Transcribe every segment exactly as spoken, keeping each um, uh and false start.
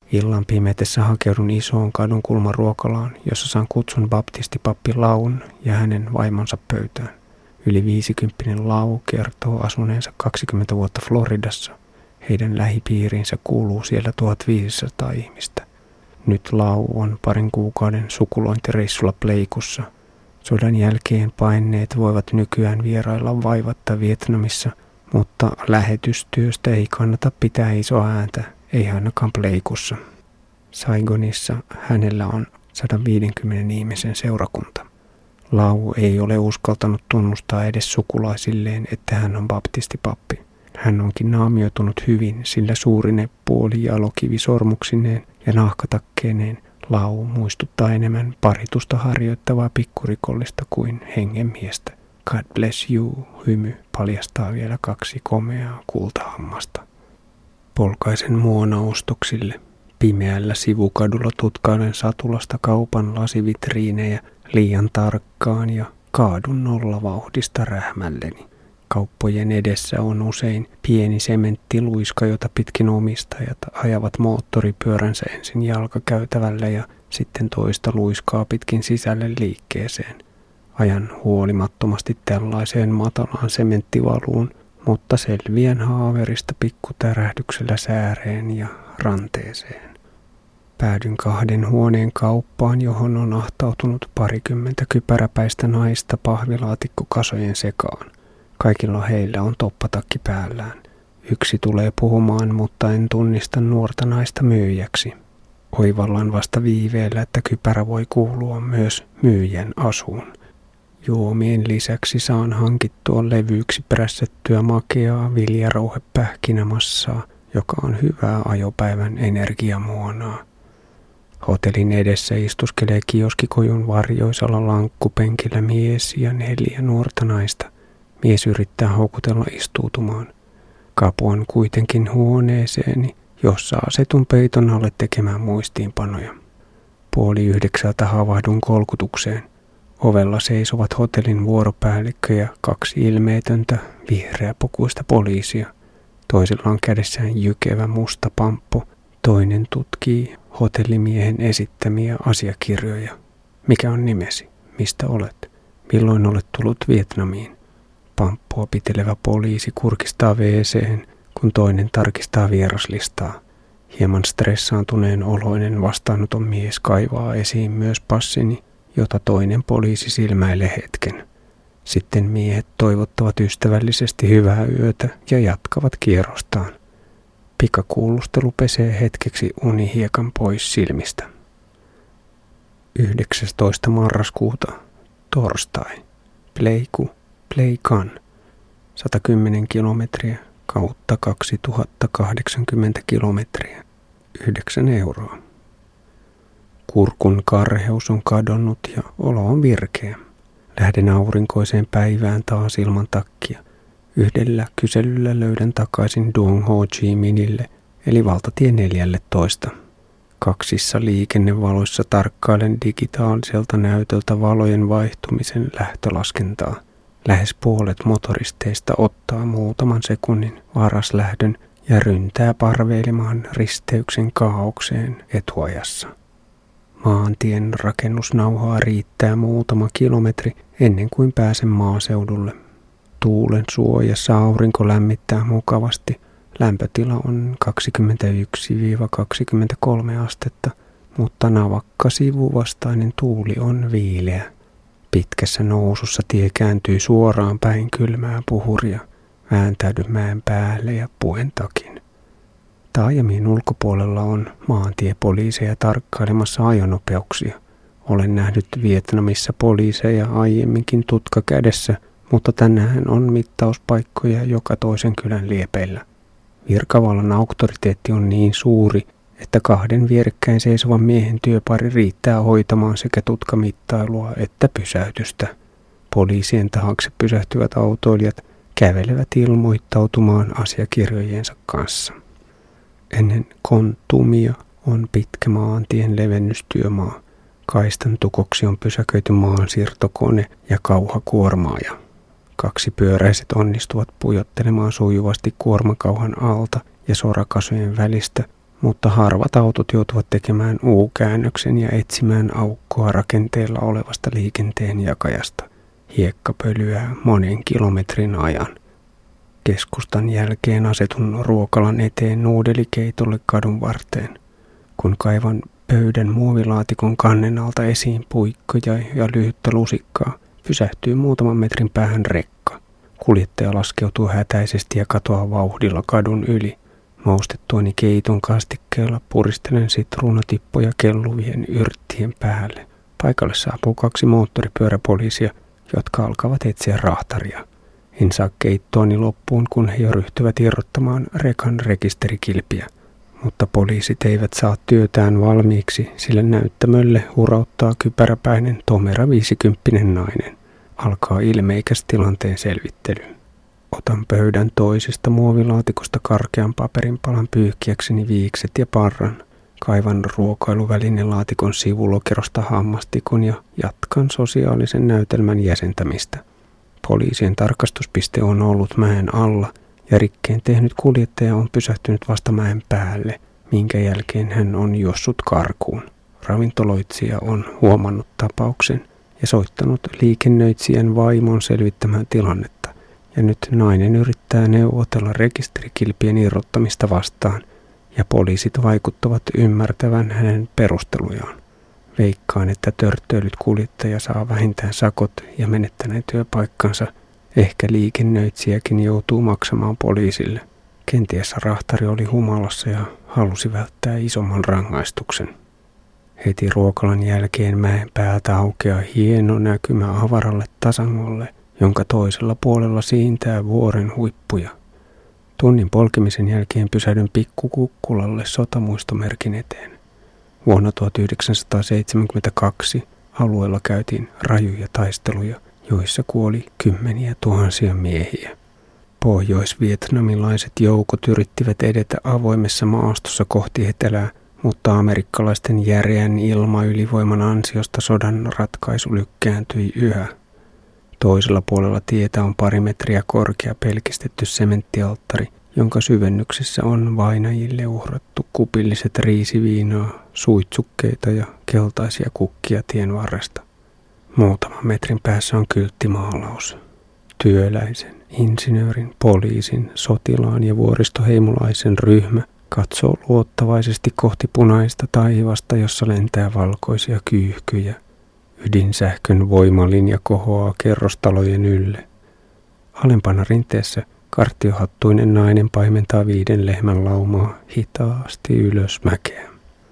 Illan pimetessä hakeudun isoon kadun kulman ruokalaan, jossa saan kutsun baptistipappi Laun ja hänen vaimonsa pöytään. Yli viisikymppinen Lau kertoo asuneensa kaksikymmentä vuotta Floridassa. Heidän lähipiiriinsä kuuluu siellä tuhatviisisataa ihmistä. Nyt Lau on parin kuukauden sukulointireissulla Pleikussa. Sodan jälkeen paineet voivat nykyään vierailla vaivatta Vietnamissa, mutta lähetystyöstä ei kannata pitää isoa ääntä, ei ainakaan Pleikussa. Saigonissa hänellä on sata viisikymmentä ihmisen seurakunta. Lau ei ole uskaltanut tunnustaa edes sukulaisilleen, että hän on baptistipappi. Hän onkin naamioitunut hyvin, sillä suurine puolijalokivisormuksineen ja nahkatakkeineen Lau muistuttaa enemmän paritusta harjoittavaa pikkurikollista kuin hengenmiestä. God bless you, hymy paljastaa vielä kaksi komeaa kultahammasta. Polkaisen muonaostoksille. Pimeällä sivukadulla tutkailen satulasta kaupan lasivitriinejä liian tarkkaan ja kaadun nollavauhdista rähmälleni. Kauppojen edessä on usein pieni sementtiluiska, jota pitkin omistajat ajavat moottoripyöränsä ensin jalkakäytävälle ja sitten toista luiskaa pitkin sisälle liikkeeseen. Ajan huolimattomasti tällaiseen matalaan sementtivaluun, mutta selviän haaverista pikkutärähdyksellä sääreen ja ranteeseen. Päädyn kahden huoneen kauppaan, johon on ahtautunut parikymmentä kypäräpäistä naista pahvilaatikkokasojen sekaan. Kaikilla heillä on toppatakki päällään. Yksi tulee puhumaan, mutta en tunnista nuorta naista myyjäksi. Oivallan vasta viiveellä, että kypärä voi kuulua myös myyjän asuun. Juomien lisäksi saan hankittua levyyksi prässättyä makeaa viljarouhepähkinämassaa, joka on hyvää ajopäivän energiamuonaa. Hotellin edessä istuskelee kioskikojun varjoisalla lankkupenkillä mies ja neljä nuorta naista. Mies yrittää houkutella istuutumaan. Kapuan kuitenkin huoneeseeni, jossa asetun peiton alle tekemään muistiinpanoja. Puoli yhdeksältä havahdun kolkutukseen. Ovella seisovat hotellin vuoropäällikkö ja kaksi ilmeetöntä vihreäpukuista poliisia. Toisella on kädessään jykevä musta pamppu. Toinen tutkii hotellimiehen esittämiä asiakirjoja. Mikä on nimesi? Mistä olet? Milloin olet tullut Vietnamiin? Pamppua pitelevä poliisi kurkistaa wc:hen, kun toinen tarkistaa vieraslistaa. Hieman stressaantuneen oloinen vastaanoton mies kaivaa esiin myös passini, jota toinen poliisi silmäilee hetken. Sitten miehet toivottavat ystävällisesti hyvää yötä ja jatkavat kierrostaan. Pikakuulustelu pesee hetkeksi unihiekan pois silmistä. yhdeksästoista marraskuuta, torstai. Pleiku, Pleikan, sata kymmenen kilometriä kautta kaksituhattakahdeksankymmentä kilometriä, yhdeksän euroa. Kurkun karheus on kadonnut ja olo on virkeä. Lähden aurinkoiseen päivään taas ilman takkia. Yhdellä kyselyllä löydän takaisin Duong Ho Chi Minhille, eli valtatie neljätoista. Kaksissa liikennevaloissa tarkkailen digitaaliselta näytöltä valojen vaihtumisen lähtölaskentaa. Lähes puolet motoristeista ottaa muutaman sekunnin varaslähdön ja ryntää parveilemaan risteyksen kaaokseen etuajassa. Maantien rakennusnauhaa riittää muutama kilometri ennen kuin pääsen maaseudulle. Tuulen suojassa aurinko lämmittää mukavasti. Lämpötila on kaksikymmentäyksi kaksikymmentäkolme astetta, mutta navakka sivuvastainen tuuli on viileä. Pitkässä nousussa tie kääntyy suoraan päin kylmää puhuria. Vääntäydyn mäen päälle ja puen takin. Taajamien ulkopuolella on maantiepoliiseja tarkkailemassa ajonopeuksia. Olen nähnyt Vietnamissa poliiseja aiemminkin tutka kädessä, mutta tänään on mittauspaikkoja joka toisen kylän liepeillä. Virkavallan auktoriteetti on niin suuri, että kahden vierekkäin seisovan miehen työpari riittää hoitamaan sekä tutkamittailua että pysäytystä. Poliisien taakse pysähtyvät autoilijat kävelevät ilmoittautumaan asiakirjojensa kanssa. Ennen Kontumia on pitkä maantien levennystyömaa. Kaistan tukoksi on pysäköity maansiirtokone ja kauhakuormaaja. Kaksi pyöräiset onnistuvat pujottelemaan sujuvasti kuormakauhan alta ja sorakasojen välistä, mutta harvat autot joutuvat tekemään U-käännöksen ja etsimään aukkoa rakenteella olevasta liikenteen jakajasta. Hiekka pölyää monen kilometrin ajan. Keskustan jälkeen asetun ruokalan eteen nuudelikeitolle kadun varteen. Kun kaivan pöydän muovilaatikon kannen alta esiin puikkoja ja lyhyttä lusikkaa, pysähtyy muutaman metrin päähän rekka. Kuljettaja laskeutuu hätäisesti ja katoaa vauhdilla kadun yli. Maustettuani keiton kastikkeella puristelen sitruunatippoja kelluvien yrttien päälle. Paikalle saapuu kaksi moottoripyöräpoliisia, jotka alkavat etsiä rahtaria. En saa keittoani loppuun, kun he jo ryhtyvät irrottamaan rekan rekisterikilpiä. Mutta poliisit eivät saa työtään valmiiksi, sillä näyttämölle hurauttaa kypäräpäinen tomera viisikymppinen nainen. Alkaa ilmeikäs tilanteen selvittely. Otan pöydän toisesta muovilaatikosta karkean paperinpalan pyyhkiäkseni viikset ja parran. Kaivan ruokailuvälinelaatikon sivulokerosta hammastikon ja jatkan sosiaalisen näytelmän jäsentämistä. Poliisien tarkastuspiste on ollut mäen alla ja rikkeen tehnyt kuljettaja on pysähtynyt vasta mäen päälle, minkä jälkeen hän on jossut karkuun. Ravintoloitsija on huomannut tapauksen ja soittanut liikennöitsijän vaimon selvittämään tilannetta. Ja nyt nainen yrittää neuvotella rekisterikilpien irrottamista vastaan ja poliisit vaikuttavat ymmärtävän hänen perustelujaan. Veikkaan, että törttöilyt kuljettaja saa vähintään sakot ja menettäneen työpaikkansa. Ehkä liikennöitsijäkin joutuu maksamaan poliisille. Kenties rahtari oli humalassa ja halusi välttää isomman rangaistuksen. Heti ruokalan jälkeen mäen päältä aukeaa hieno näkymä avaralle tasangolle, jonka toisella puolella siintää vuoren huippuja. Tunnin polkemisen jälkeen pysähdyn pikkukukkulalle sotamuistomerkin eteen. Vuonna tuhatyhdeksänsataaseitsemänkymmentäkaksi alueella käytiin rajuja taisteluja, joissa kuoli kymmeniä tuhansia miehiä. Pohjois-vietnamilaiset joukot yrittivät edetä avoimessa maastossa kohti etelää, mutta amerikkalaisten järeän ilmaylivoiman ansiosta sodan ratkaisu lykkääntyi yhä. Toisella puolella tietä on pari metriä korkea pelkistetty sementtialttari, jonka syvennyksessä on vainajille uhrattu kupilliset riisiviinaa, suitsukkeita ja keltaisia kukkia tien varresta. Muutaman metrin päässä on kylttimaalaus. Työläisen, insinöörin, poliisin, sotilaan ja vuoristoheimolaisen ryhmä katsoo luottavaisesti kohti punaista taivasta, jossa lentää valkoisia kyyhkyjä. Ydinsähkön voimalinja kohoaa kerrostalojen ylle. Alempana rinteessä karttiohattuinen nainen paimentaa viiden lehmän laumaa hitaasti ylös mäkeä.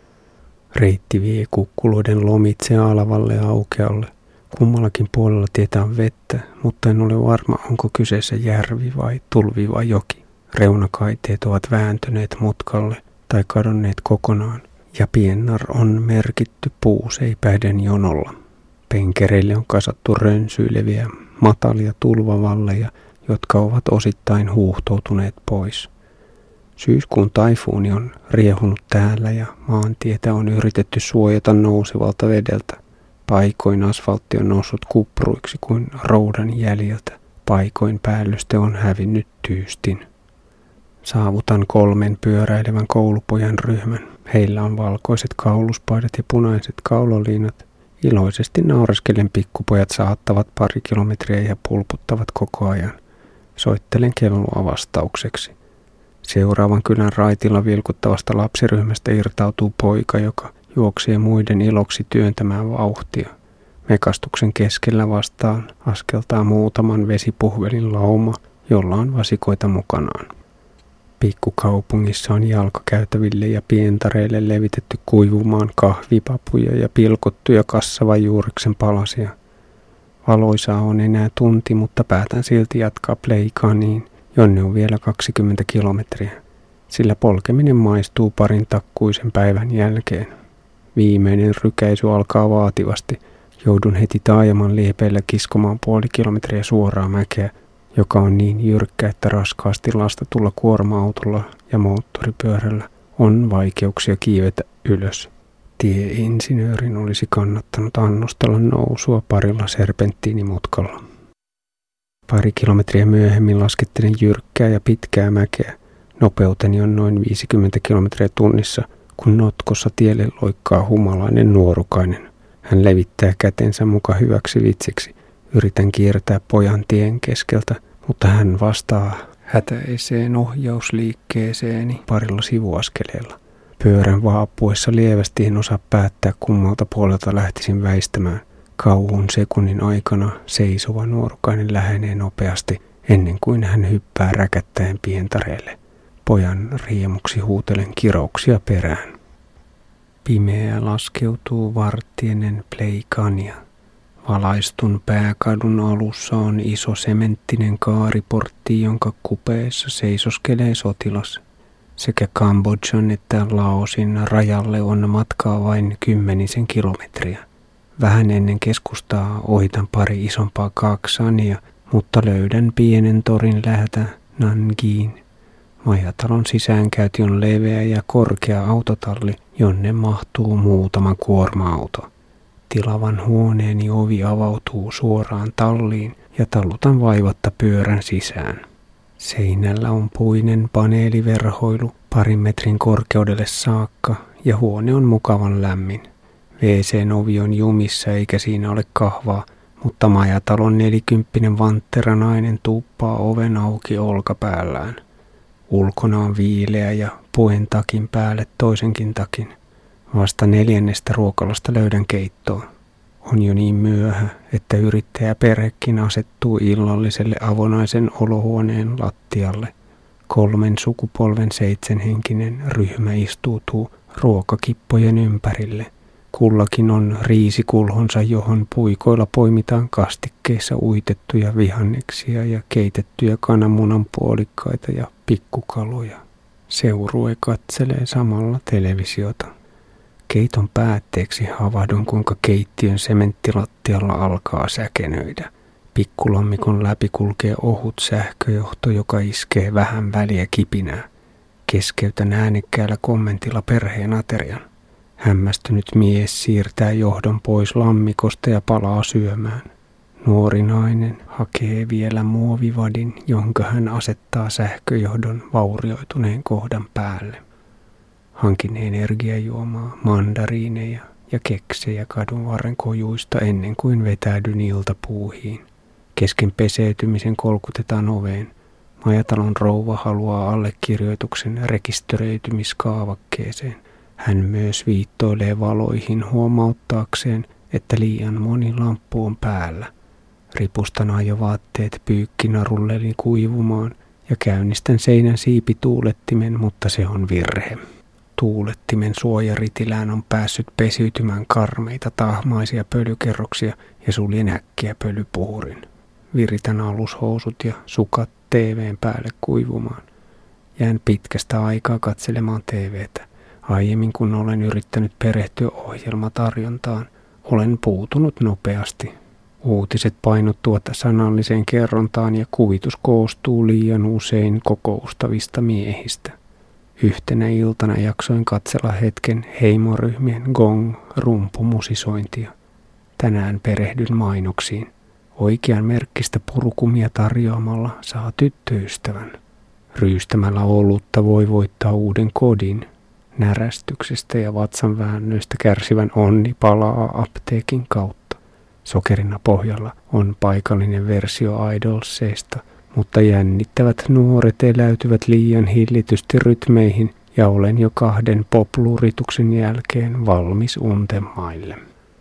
Reitti vie kukkuloiden lomitse alavalle aukealle. Kummallakin puolella tietä on vettä, mutta en ole varma, onko kyseessä järvi vai tulviva joki. Reunakaiteet ovat vääntyneet mutkalle tai kadonneet kokonaan, ja piennar on merkitty puuseipäiden jonolla. Penkereille on kasattu rönsyileviä, matalia tulvavalleja, jotka ovat osittain huuhtoutuneet pois. Syyskuun taifuuni on riehunut täällä ja maantietä on yritetty suojata nousevalta vedeltä. Paikoin asfaltti on noussut kupruiksi kuin roudan jäljiltä. Paikoin päällyste on hävinnyt tyystin. Saavutan kolmen pyöräilevän koulupojan ryhmän. Heillä on valkoiset kauluspaidat ja punaiset kauloliinat. Iloisesti naureskellen pikkupojat saattavat pari kilometriä ja pulputtavat koko ajan. Soittelen kelloa vastaukseksi. Seuraavan kylän raitilla vilkuttavasta lapsiryhmästä irtautuu poika, joka juoksee muiden iloksi työntämään vauhtia. Mekastuksen keskellä vastaan askeltaa muutaman vesipuhvelin lauma, jolla on vasikoita mukanaan. Pikkukaupungissa on jalkakäytäville ja pientareille levitetty kuivumaan kahvipapuja ja pilkottuja kassavan juureksen palasia. Valoisaa on enää tunti, mutta päätän silti jatkaa Pleikaniin, jonne on vielä kaksikymmentä kilometriä, sillä polkeminen maistuu parin takkuisen päivän jälkeen. Viimeinen rykäisy alkaa vaativasti. Joudun heti taajaman liepeillä kiskomaan puoli kilometriä suoraa mäkeä, joka on niin jyrkkä, että raskaasti lastatulla kuorma-autolla ja moottoripyörällä on vaikeuksia kiivetä ylös. Tieinsinöörin olisi kannattanut annostella nousua parilla serpenttiinimutkalla. Pari kilometriä myöhemmin laskettelen jyrkkää ja pitkää mäkeä. Nopeuteni on noin viisikymmentä kilometriä tunnissa, kun notkossa tielle loikkaa humalainen nuorukainen. Hän levittää kätensä muka hyväksi vitsiksi. Yritän kiertää pojan tien keskeltä, mutta hän vastaa hätäiseen ohjausliikkeeseeni parilla sivuaskeleella. Pyörän vaapuessa lievästi en osaa päättää, kummalta puolelta lähtisin väistämään. Kauhun sekunnin aikana seisova nuorukainen lähenee nopeasti, ennen kuin hän hyppää räkättäen pientareelle. Pojan riemuksi huutelen kirouksia perään. Pimeä laskeutuu varttiennen Pleikania. Valaistun pääkadun alussa on iso sementtinen kaariportti, jonka kupeessa seisoskelee sotilas. Sekä Kambodžan että Laosin rajalle on matkaa vain kymmenisen kilometriä. Vähän ennen keskustaa ohitan pari isompaa Kaksania, mutta löydän pienen torin läheltä Nangiin. Majatalon sisäänkäynti on leveä ja korkea autotalli, jonne mahtuu muutama kuorma-auto. Tilavan huoneeni ovi avautuu suoraan talliin ja tallutan vaivatta pyörän sisään. Seinällä on puinen paneeliverhoilu parin metrin korkeudelle saakka ja huone on mukavan lämmin. wee seen ovi on jumissa eikä siinä ole kahvaa, mutta majatalon nelikymppinen vantteranainen tuuppaa oven auki olkapäällään. Ulkona on viileä ja puen takin päälle toisenkin takin. Vasta neljännestä ruokalasta löydän keittoa. On jo niin myöhä, että yrittäjäperhekin asettuu illalliselle avonaisen olohuoneen lattialle. Kolmen sukupolven seitsemänhenkinen ryhmä istuutuu ruokakippojen ympärille. Kullakin on riisikulhonsa, johon puikoilla poimitaan kastikkeissa uitettuja vihanneksia ja keitettyjä kananmunan puolikkaita ja pikkukaloja. Seurue katselee samalla televisiota. Keiton päätteeksi havahdun, kuinka keittiön sementtilattialla alkaa säkenöidä. Pikkulammikon läpi kulkee ohut sähköjohto, joka iskee vähän väliä kipinää. Keskeytän äänekkäällä kommentilla perheen aterian. Hämmästynyt mies siirtää johdon pois lammikosta ja palaa syömään. Nuori nainen hakee vielä muovivadin, jonka hän asettaa sähköjohdon vaurioituneen kohdan päälle. Hankin energiajuomaa, mandariineja ja keksejä kadun varren kojuista ennen kuin vetäydyn iltapuuhiin. Kesken peseytymisen kolkutetaan oveen. Majatalon rouva haluaa allekirjoituksen rekisteröitymiskaavakkeeseen. Hän myös viittoilee valoihin huomauttaakseen, että liian moni lamppu on päällä. Ripustan ajovaatteet pyykkinarulleni kuivumaan ja käynnistän seinän siipituulettimen, mutta se on virhe. Tuulettimen suojaritilään on päässyt pesiytymään karmeita tahmaisia pölykerroksia ja suljen äkkiä pölypuhurin. Viritän alushousut ja sukat T V:n päälle kuivumaan. Jään pitkästä aikaa katselemaan T V:tä. Aiemmin kun olen yrittänyt perehtyä ohjelmatarjontaan, olen puutunut nopeasti. Uutiset painottuvat sanalliseen kerrontaan ja kuvitus koostuu liian usein kokoustavista miehistä. Yhtenä iltana jaksoin katsella hetken heimoryhmien gong-rumpumusisointia. Tänään perehdyn mainoksiin. Oikean merkkistä purukumia tarjoamalla saa tyttöystävän. Ryystämällä olutta voi voittaa uuden kodin. Närästyksestä ja vatsanväännöistä kärsivän onni palaa apteekin kautta. Sokerina pohjalla on paikallinen versio Idolseista, mutta jännittävät nuoret eläytyvät liian hillitysti rytmeihin ja olen jo kahden poplurituksen jälkeen valmis untemaille.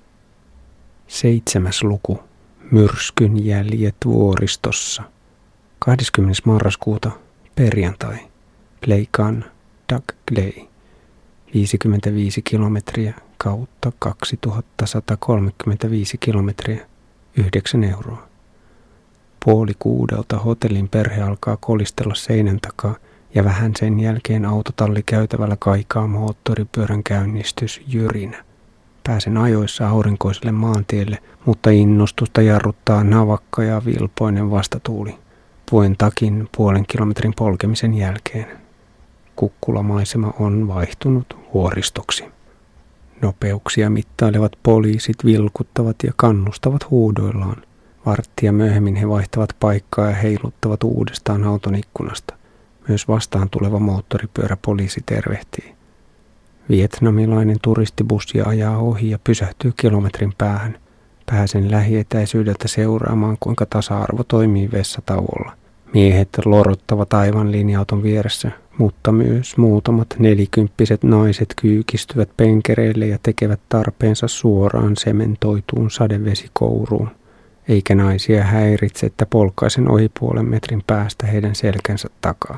Seitsemäs luku. Myrskyn jäljet vuoristossa. kahdeskymmenes marraskuuta. Perjantai. Pleikan Dak Glei. viisikymmentäviisi kilometriä kautta kaksituhattasata kolmekymmentäviisi kilometriä. yhdeksän euroa. Puoli kuudelta hotellin perhe alkaa kolistella seinän takaa ja vähän sen jälkeen autotalli käytävällä kaikaa moottoripyörän käynnistys jyrinä. Pääsen ajoissa aurinkoiselle maantielle, mutta innostusta jarruttaa navakka ja vilpoinen vastatuuli. Puen takin puolen kilometrin polkemisen jälkeen. Kukkulamaisema on vaihtunut vuoristoksi. Nopeuksia mittailevat poliisit vilkuttavat ja kannustavat huudoillaan. Varttia myöhemmin he vaihtavat paikkaa ja heiluttavat uudestaan auton ikkunasta. Myös vastaan tuleva moottoripyöräpoliisi tervehtii. Vietnamilainen turistibussi ajaa ohi ja pysähtyy kilometrin päähän. Pääsen lähietäisyydeltä seuraamaan, kuinka tasa-arvo toimii vessatauolla. Miehet lorottavat aivan linja-auton vieressä, mutta myös muutamat nelikymppiset naiset kyykistyvät penkereille ja tekevät tarpeensa suoraan sementoituun sadevesikouruun. Eikä naisia häiritse, että polkaisen ohi puolen metrin päästä heidän selkänsä takaa.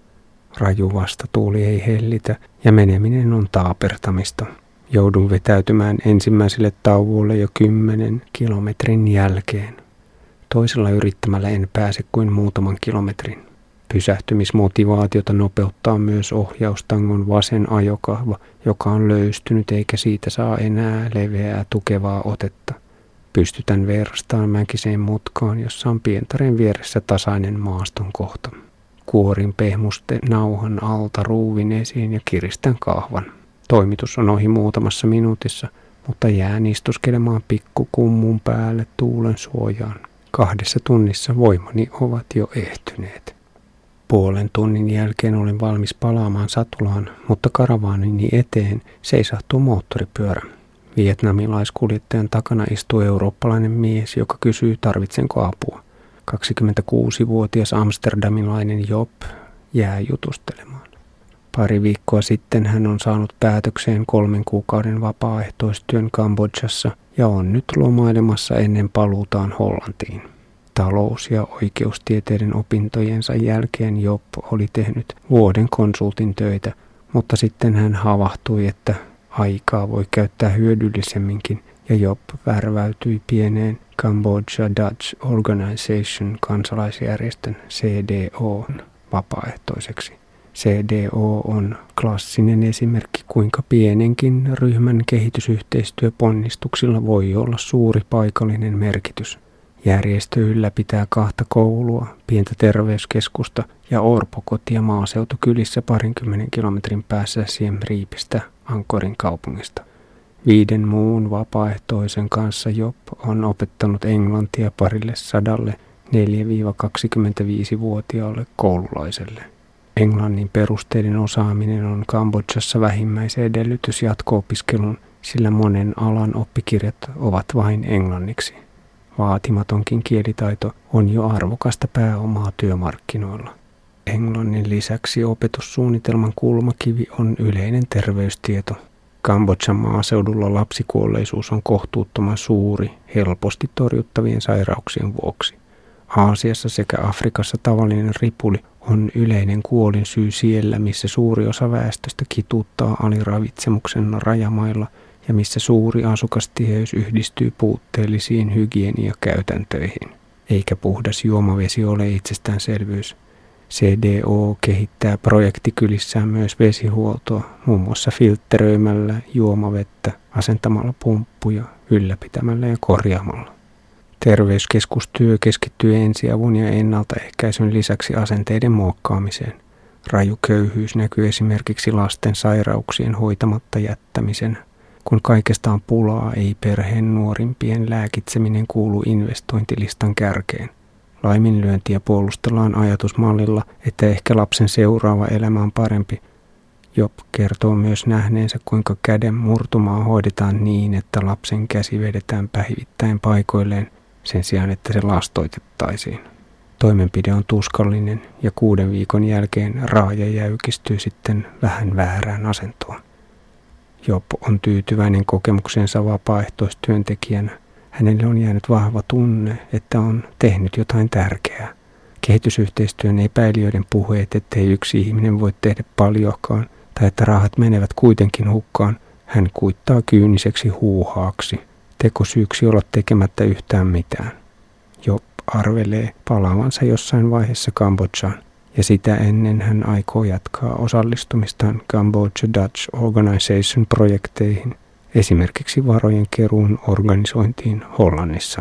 Raju vastatuuli ei hellitä ja meneminen on taapertamista. Joudun vetäytymään ensimmäiselle tauolle jo kymmenen kilometrin jälkeen. Toisella yrittämällä en pääse kuin muutaman kilometrin. Pysähtymismotivaatiota nopeuttaa myös ohjaustangon vasen ajokahva, joka on löystynyt eikä siitä saa enää leveää tukevaa otetta. Pystytän verstaan mäkiseen mutkaan, jossa on pientareen vieressä tasainen maaston kohta. Kuorin pehmuste nauhan alta ruuvin esiin ja kiristän kahvan. Toimitus on ohi muutamassa minuutissa, mutta jään istuskelemaan pikkukummun päälle tuulen suojaan. Kahdessa tunnissa voimani ovat jo ehtyneet. Puolen tunnin jälkeen olen valmis palaamaan Satulaan, mutta karavaanini eteen seisahtuu moottoripyörä. Vietnamilaiskuljettajan takana istuu eurooppalainen mies, joka kysyy, tarvitsenko apua. kaksikymmentäkuusivuotias amsterdamilainen Job jää jutustelemaan. Pari viikkoa sitten hän on saanut päätökseen kolmen kuukauden vapaaehtoistyön Kambodžassa ja on nyt lomailemassa ennen paluutaan Hollantiin. Talous- ja oikeustieteiden opintojensa jälkeen Job oli tehnyt vuoden konsultin töitä, mutta sitten hän havahtui, että aikaa voi käyttää hyödyllisemminkin ja Job värväytyi pieneen Cambodia Dutch Organization kansalaisjärjestön C D O:n vapaaehtoiseksi. C D O on klassinen esimerkki, kuinka pienenkin ryhmän kehitysyhteistyöponnistuksilla voi olla suuri paikallinen merkitys. Järjestö ylläpitää kahta koulua, pientä terveyskeskusta ja orpokotia maaseutukylissä parinkymmenen kilometrin päässä Siem Reapistä, Angkorin kaupungista. Viiden muun vapaaehtoisen kanssa Job on opettanut englantia parille sadalle neljä-kaksikymmentäviisivuotiaalle koululaiselle. Englannin perusteiden osaaminen on Kambodžassa vähimmäisedellytys jatko-opiskelun, sillä monen alan oppikirjat ovat vain englanniksi. Vaatimatonkin kielitaito on jo arvokasta pääomaa työmarkkinoilla. Englannin lisäksi opetussuunnitelman kulmakivi on yleinen terveystieto. Kambodžan maaseudulla lapsikuolleisuus on kohtuuttoman suuri helposti torjuttavien sairauksien vuoksi. Aasiassa sekä Afrikassa tavallinen ripuli on yleinen kuolinsyy siellä, missä suuri osa väestöstä kituuttaa aliravitsemuksen rajamailla ja missä suuri asukastiheys yhdistyy puutteellisiin hygieniakäytäntöihin. Eikä puhdas juomavesi ole itsestäänselvyys. C D O kehittää projektikylissään myös vesihuoltoa, muun muassa filtteröimällä juomavettä, asentamalla pumppuja, ylläpitämällä ja korjaamalla. Terveyskeskustyö keskittyy ensiavun ja ennaltaehkäisyn lisäksi asenteiden muokkaamiseen. Raju köyhyys näkyy esimerkiksi lasten sairauksien hoitamatta jättämisen. Kun kaikesta on pulaa, ei perheen nuorimpien lääkitseminen kuulu investointilistan kärkeen. Laiminlyöntiä puolustellaan ajatusmallilla, että ehkä lapsen seuraava elämä on parempi. Job kertoo myös nähneensä, kuinka käden murtumaa hoidetaan niin, että lapsen käsi vedetään päivittäin paikoilleen sen sijaan, että se lastoitettaisiin. Toimenpide on tuskallinen ja kuuden viikon jälkeen raaja jäykistyy sitten vähän väärään asentoon. Job on tyytyväinen kokemuksensa vapaaehtoistyöntekijänä. Hänelle on jäänyt vahva tunne, että on tehnyt jotain tärkeää. Kehitysyhteistyön epäilijöiden puheet, ettei yksi ihminen voi tehdä paljoakaan tai että rahat menevät kuitenkin hukkaan, hän kuittaa kyyniseksi huuhaaksi. Tekosyyksi olla tekemättä yhtään mitään. Job arvelee palaavansa jossain vaiheessa Kambodžaan, ja sitä ennen hän aikoo jatkaa osallistumistaan Cambodia Dutch Organization-projekteihin, esimerkiksi varojen keruun organisointiin Hollannissa.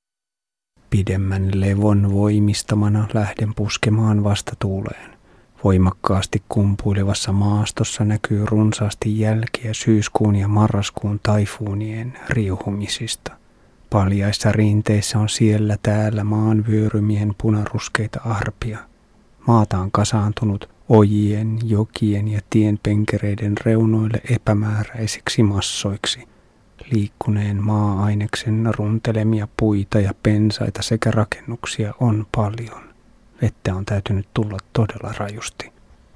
Pidemmän levon voimistamana lähden puskemaan vastatuuleen. Voimakkaasti kumpuilevassa maastossa näkyy runsaasti jälkiä syyskuun ja marraskuun taifuunien riuhumisista. Paljaissa rinteissä on siellä täällä maanvyörymien punaruskeita arpia. Maata on kasaantunut ojien, jokien ja tienpenkereiden reunoille epämääräisiksi massoiksi. Liikkuneen maa-aineksen runtelemia puita ja pensaita sekä rakennuksia on paljon. Vettä on täytynyt tulla todella rajusti.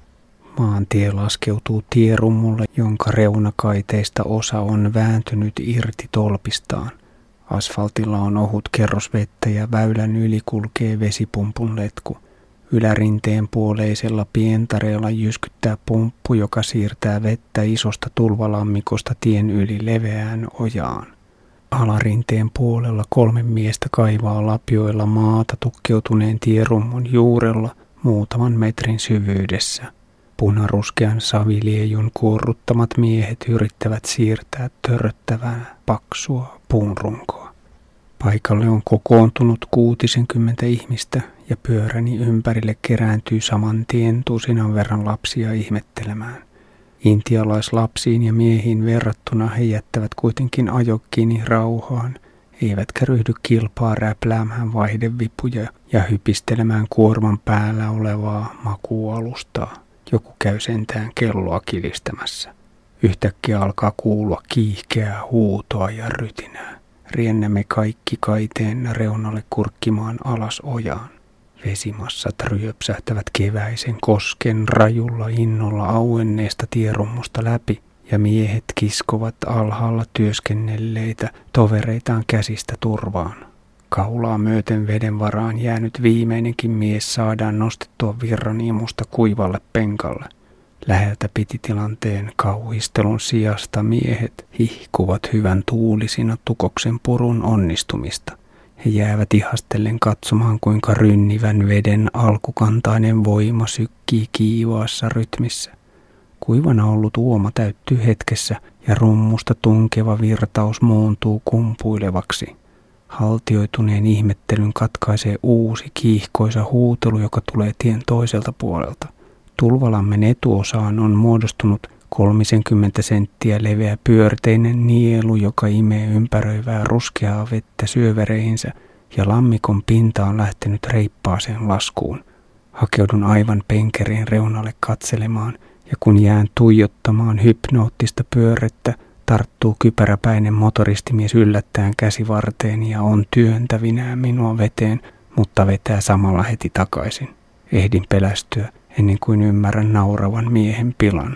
Maantie laskeutuu tierummulle, jonka reunakaiteista osa on vääntynyt irti tolpistaan. Asfaltilla on ohut kerros vettä ja väylän yli kulkee vesipumpun letku. Ylärinteen puoleisella pientareella jyskyttää pumppu, joka siirtää vettä isosta tulvalammikosta tien yli leveään ojaan. Alarinteen puolella kolme miestä kaivaa lapioilla maata tukkeutuneen tierummun juurella muutaman metrin syvyydessä. Punaruskean saviliejun kuorruttamat miehet yrittävät siirtää törröttävää paksua puunrunkoa. Paikalle on kokoontunut kuutisenkymmentä ihmistä ja pyöräni ympärille kerääntyy saman tien tusinan verran lapsia ihmettelemään. Intialaislapsiin ja miehiin verrattuna he jättävät kuitenkin ajokkini rauhaan, eivätkä ryhdy kilpaa räpläämään vaihdevipuja ja hypistelemään kuorman päällä olevaa makuualustaa. Joku käy sentään kelloa kilistämässä. Yhtäkkiä alkaa kuulua kiihkeää huutoa ja rytinää. Riennämme kaikki kaiteen reunalle kurkkimaan alas ojaan. Vesimassat ryöpsähtävät keväisen kosken rajulla innolla auenneesta tierummusta läpi ja miehet kiskovat alhaalla työskennelleitä tovereitaan käsistä turvaan. Kaulaa myöten veden varaan jäänyt viimeinenkin mies saadaan nostettua virran imusta kuivalle penkalle. Läheltä piti tilanteen kauhistelun sijasta miehet hihkuvat hyvän tuulisina tukoksen purun onnistumista. He jäävät ihastellen katsomaan, kuinka rynnivän veden alkukantainen voima sykkii kiivaassa rytmissä. Kuivana ollut uoma täyttyy hetkessä ja rummusta tunkeva virtaus muuntuu kumpuilevaksi. Haltioituneen ihmettelyn katkaisee uusi kiihkoisa huutelu, joka tulee tien toiselta puolelta. Tulvalammen etuosaan on muodostunut kolmisenkymmentä senttiä leveä pyörteinen nielu, joka imee ympäröivää ruskeaa vettä syövereihinsä ja lammikon pinta on lähtenyt reippaaseen laskuun. Hakeudun aivan penkereen reunalle katselemaan ja kun jään tuijottamaan hypnoottista pyörrettä, tarttuu kypäräpäinen motoristimies yllättäen käsivarteeni ja on työntävinään minua veteen, mutta vetää samalla heti takaisin. Ehdin pelästyä ennen kuin ymmärrän nauravan miehen pilan.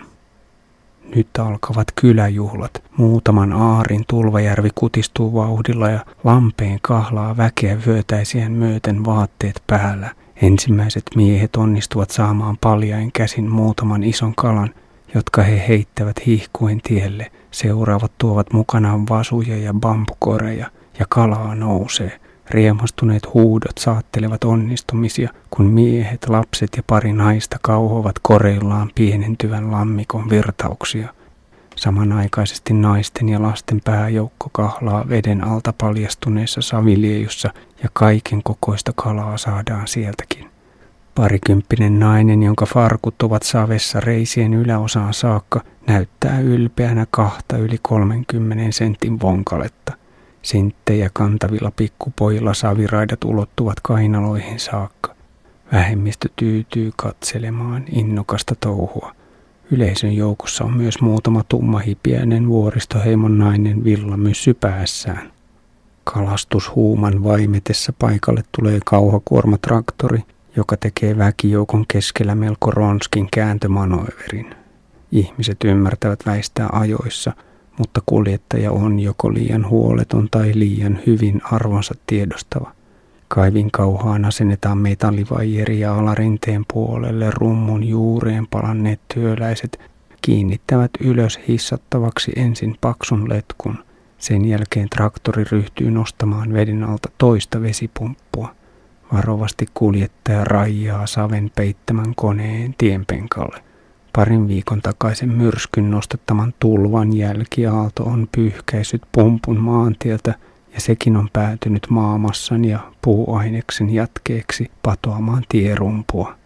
Nyt alkavat kyläjuhlat. Muutaman aarin Tulvajärvi kutistuu vauhdilla ja lampeen kahlaa väkeä vyötäisien myöten vaatteet päällä. Ensimmäiset miehet onnistuvat saamaan paljain käsin muutaman ison kalan, jotka he heittävät hihkuen tielle. Seuraavat tuovat mukanaan vasuja ja bambukoreja ja kalaa nousee. Riemastuneet huudot saattelevat onnistumisia, kun miehet, lapset ja pari naista kauhovat koreillaan pienentyvän lammikon virtauksia. Samanaikaisesti naisten ja lasten pääjoukko kahlaa veden alta paljastuneessa saviliejussa ja kaiken kokoista kalaa saadaan sieltäkin. Parikymppinen nainen, jonka farkut ovat savessa reisien yläosaan saakka, näyttää ylpeänä kahta yli kolmenkymmenen sentin vonkaletta. Sinttejä kantavilla pikkupojilla saviraidat ulottuvat kainaloihin saakka. Vähemmistö tyytyy katselemaan innokasta touhua. Yleisön joukossa on myös muutama tummahipiäinen vuoristoheimon nainen villamyssy päässään. Kalastushuuman vaimetessa paikalle tulee kauhakuormatraktori, joka tekee väkijoukon keskellä melko ronskin kääntömanoeverin. Ihmiset ymmärtävät väistää ajoissa, mutta kuljettaja on joko liian huoleton tai liian hyvin arvonsa tiedostava. Kaivin kauhaan asennetaan metallivaieri ja alarinteen puolelle rummun juureen palanneet työläiset kiinnittävät ylös hissattavaksi ensin paksun letkun. Sen jälkeen traktori ryhtyy nostamaan veden alta toista vesipumppua. Varovasti kuljettaja raijaa saven peittämän koneen tienpenkalle. Parin viikon takaisen myrskyn nostattaman tulvan jälkiaalto on pyyhkäissyt pumpun maantieltä ja sekin on päätynyt maamassan ja puuaineksen jatkeeksi patoamaan tierumpua.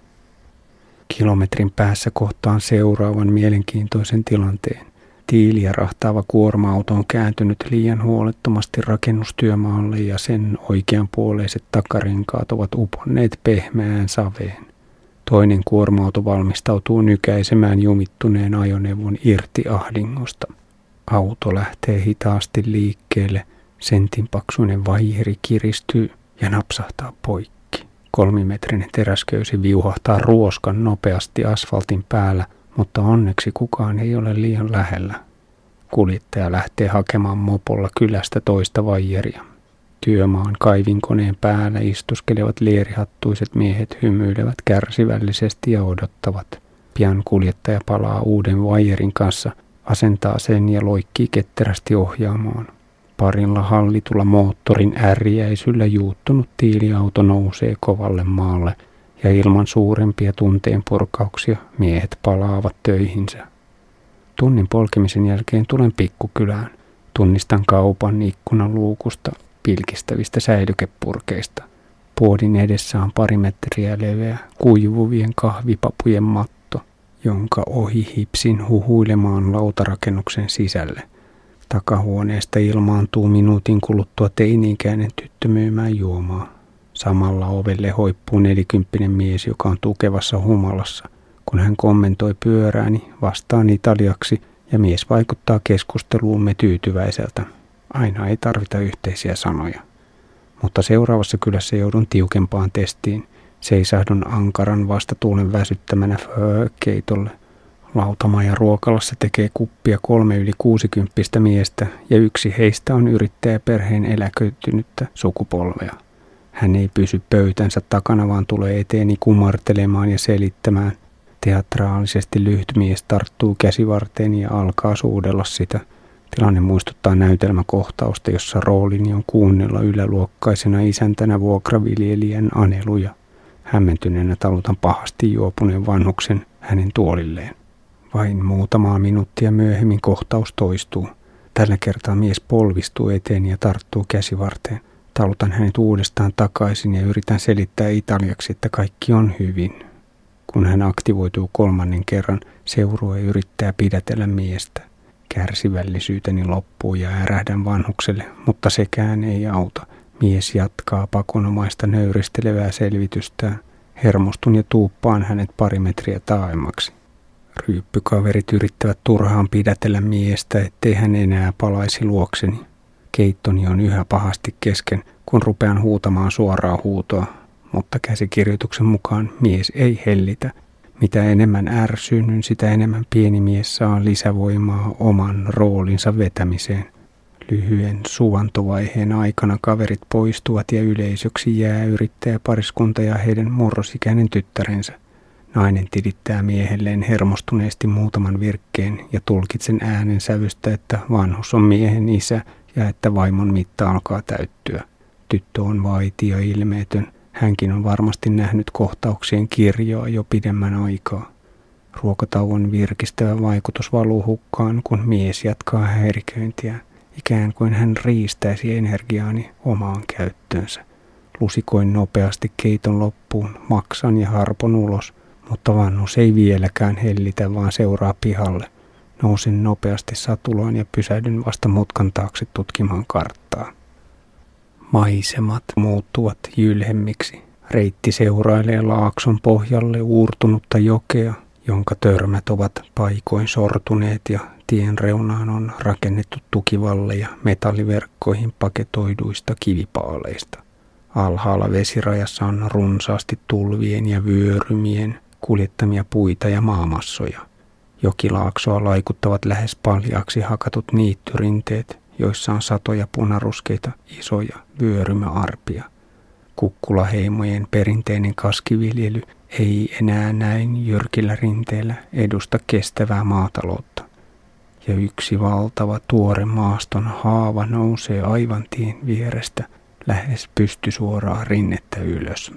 Kilometrin päässä kohtaan seuraavan mielenkiintoisen tilanteen. Tiiliä rahtaava kuorma-auto on kääntynyt liian huolettomasti rakennustyömaalle ja sen oikeanpuoleiset takarenkaat ovat uponneet pehmeään saveen. Toinen kuorma-auto valmistautuu nykäisemään jumittuneen ajoneuvon irti ahdingosta. Auto lähtee hitaasti liikkeelle, sentinpaksuinen vaiheri kiristyy ja napsahtaa poikki. Kolmimetrinen teräsköysi viuhahtaa ruoskan nopeasti asfaltin päällä, mutta onneksi kukaan ei ole liian lähellä. Kuljettaja lähtee hakemaan mopolla kylästä toista vaijeria. Työmaan kaivinkoneen päällä istuskelevat lierihattuiset miehet hymyilevät kärsivällisesti ja odottavat. Pian kuljettaja palaa uuden vaijerin kanssa, asentaa sen ja loikkii ketterästi ohjaamaan. Parilla hallitulla moottorin ärjäisyllä juuttunut tiiliauto nousee kovalle maalle ja ilman suurempia tunteenpurkauksia miehet palaavat töihinsä. Tunnin polkemisen jälkeen tulen pikkukylään. Tunnistan kaupan ikkunan luukusta pilkistävistä säilykepurkeista. Puodin edessä on pari metriä leveä kuivuvien kahvipapujen matto, jonka ohi hipsin huhuilemaan lautarakennuksen sisälle. Takahuoneesta ilmaantuu minuutin kuluttua teini-ikäinen tyttö myymään juomaa. Samalla ovelle hoippuu nelikymppinen mies, joka on tukevassa humalassa. Kun hän kommentoi pyörääni, vastaan italiaksi ja mies vaikuttaa keskusteluumme tyytyväiseltä. Aina ei tarvita yhteisiä sanoja. Mutta seuraavassa kylässä joudun tiukempaan testiin. Seisahdun ankaran vastatuulen väsyttämänä keitolle. Lautamaja ruokalassa tekee kuppia kolme yli kuusikymppistä miestä ja yksi heistä on yrittäjäperheen eläköitynyttä sukupolvea. Hän ei pysy pöytänsä takana, vaan tulee eteeni kumartelemaan ja selittämään. Teatraalisesti lyhyt mies tarttuu käsivarteen ja alkaa suudella sitä. Tilanne muistuttaa näytelmäkohtausta, jossa roolini on kuunnella yläluokkaisena isäntänä vuokraviljelijän aneluja. Hämmentyneenä talutan pahasti juopuneen vanhuksen hänen tuolilleen. Vain muutamaa minuuttia myöhemmin kohtaus toistuu. Tällä kertaa mies polvistuu eteeni ja tarttuu käsivarteen. Talutan hänet uudestaan takaisin ja yritän selittää italiaksi, että kaikki on hyvin. Kun hän aktivoituu kolmannen kerran, seurue yrittää pidätellä miestä. Kärsivällisyyteni loppuu ja ärähdän vanhukselle, mutta sekään ei auta. Mies jatkaa pakonomaista nöyristelevää selvitystään. Hermostun ja tuuppaan hänet pari metriä taaemmaksi. Ryyppykaverit yrittävät turhaan pidätellä miestä, ettei hän enää palaisi luokseni. Keittoni on yhä pahasti kesken, kun rupean huutamaan suoraa huutoa, mutta käsikirjoituksen mukaan mies ei hellitä. Mitä enemmän ärsyynnyn, sitä enemmän pieni mies saa lisävoimaa oman roolinsa vetämiseen. Lyhyen suvantovaiheen aikana kaverit poistuvat ja yleisöksi jää yrittäjäpariskunta ja heidän murrosikäinen tyttärensä. Nainen tilittää miehelleen hermostuneesti muutaman virkkeen ja tulkitsen äänen sävystä, että vanhus on miehen isä ja että vaimon mitta alkaa täyttyä. Tyttö on vaiti ja ilmeetön. Hänkin on varmasti nähnyt kohtauksien kirjoa jo pidemmän aikaa. Ruokatauon virkistävä vaikutus valuu hukkaan, kun mies jatkaa häiriköintiä, ikään kuin hän riistäisi energiaani omaan käyttöönsä. Lusikoin nopeasti keiton loppuun, maksan ja harpon ulos, mutta vanhus ei vieläkään hellitä, vaan seuraa pihalle. Nousin nopeasti satulaan ja pysähdyn vasta mutkan taakse tutkimaan karttaa. Maisemat muuttuvat jylhemmiksi. Reitti seurailee laakson pohjalle uurtunutta jokea, jonka törmät ovat paikoin sortuneet ja tien reunaan on rakennettu tukivalleja metalliverkkoihin paketoiduista kivipaaleista. Alhaalla vesirajassa on runsaasti tulvien ja vyörymien kuljettamia puita ja maamassoja. Jokilaaksoa laikuttavat lähes paljaaksi hakatut niittyrinteet, joissa on satoja punaruskeita isoja vyörymäarpia. Kukkulaheimojen perinteinen kaskiviljely ei enää näin jyrkillä rinteillä edusta kestävää maataloutta. Ja yksi valtava tuore maaston haava nousee aivan tien vierestä lähes pystysuoraa rinnettä ylös.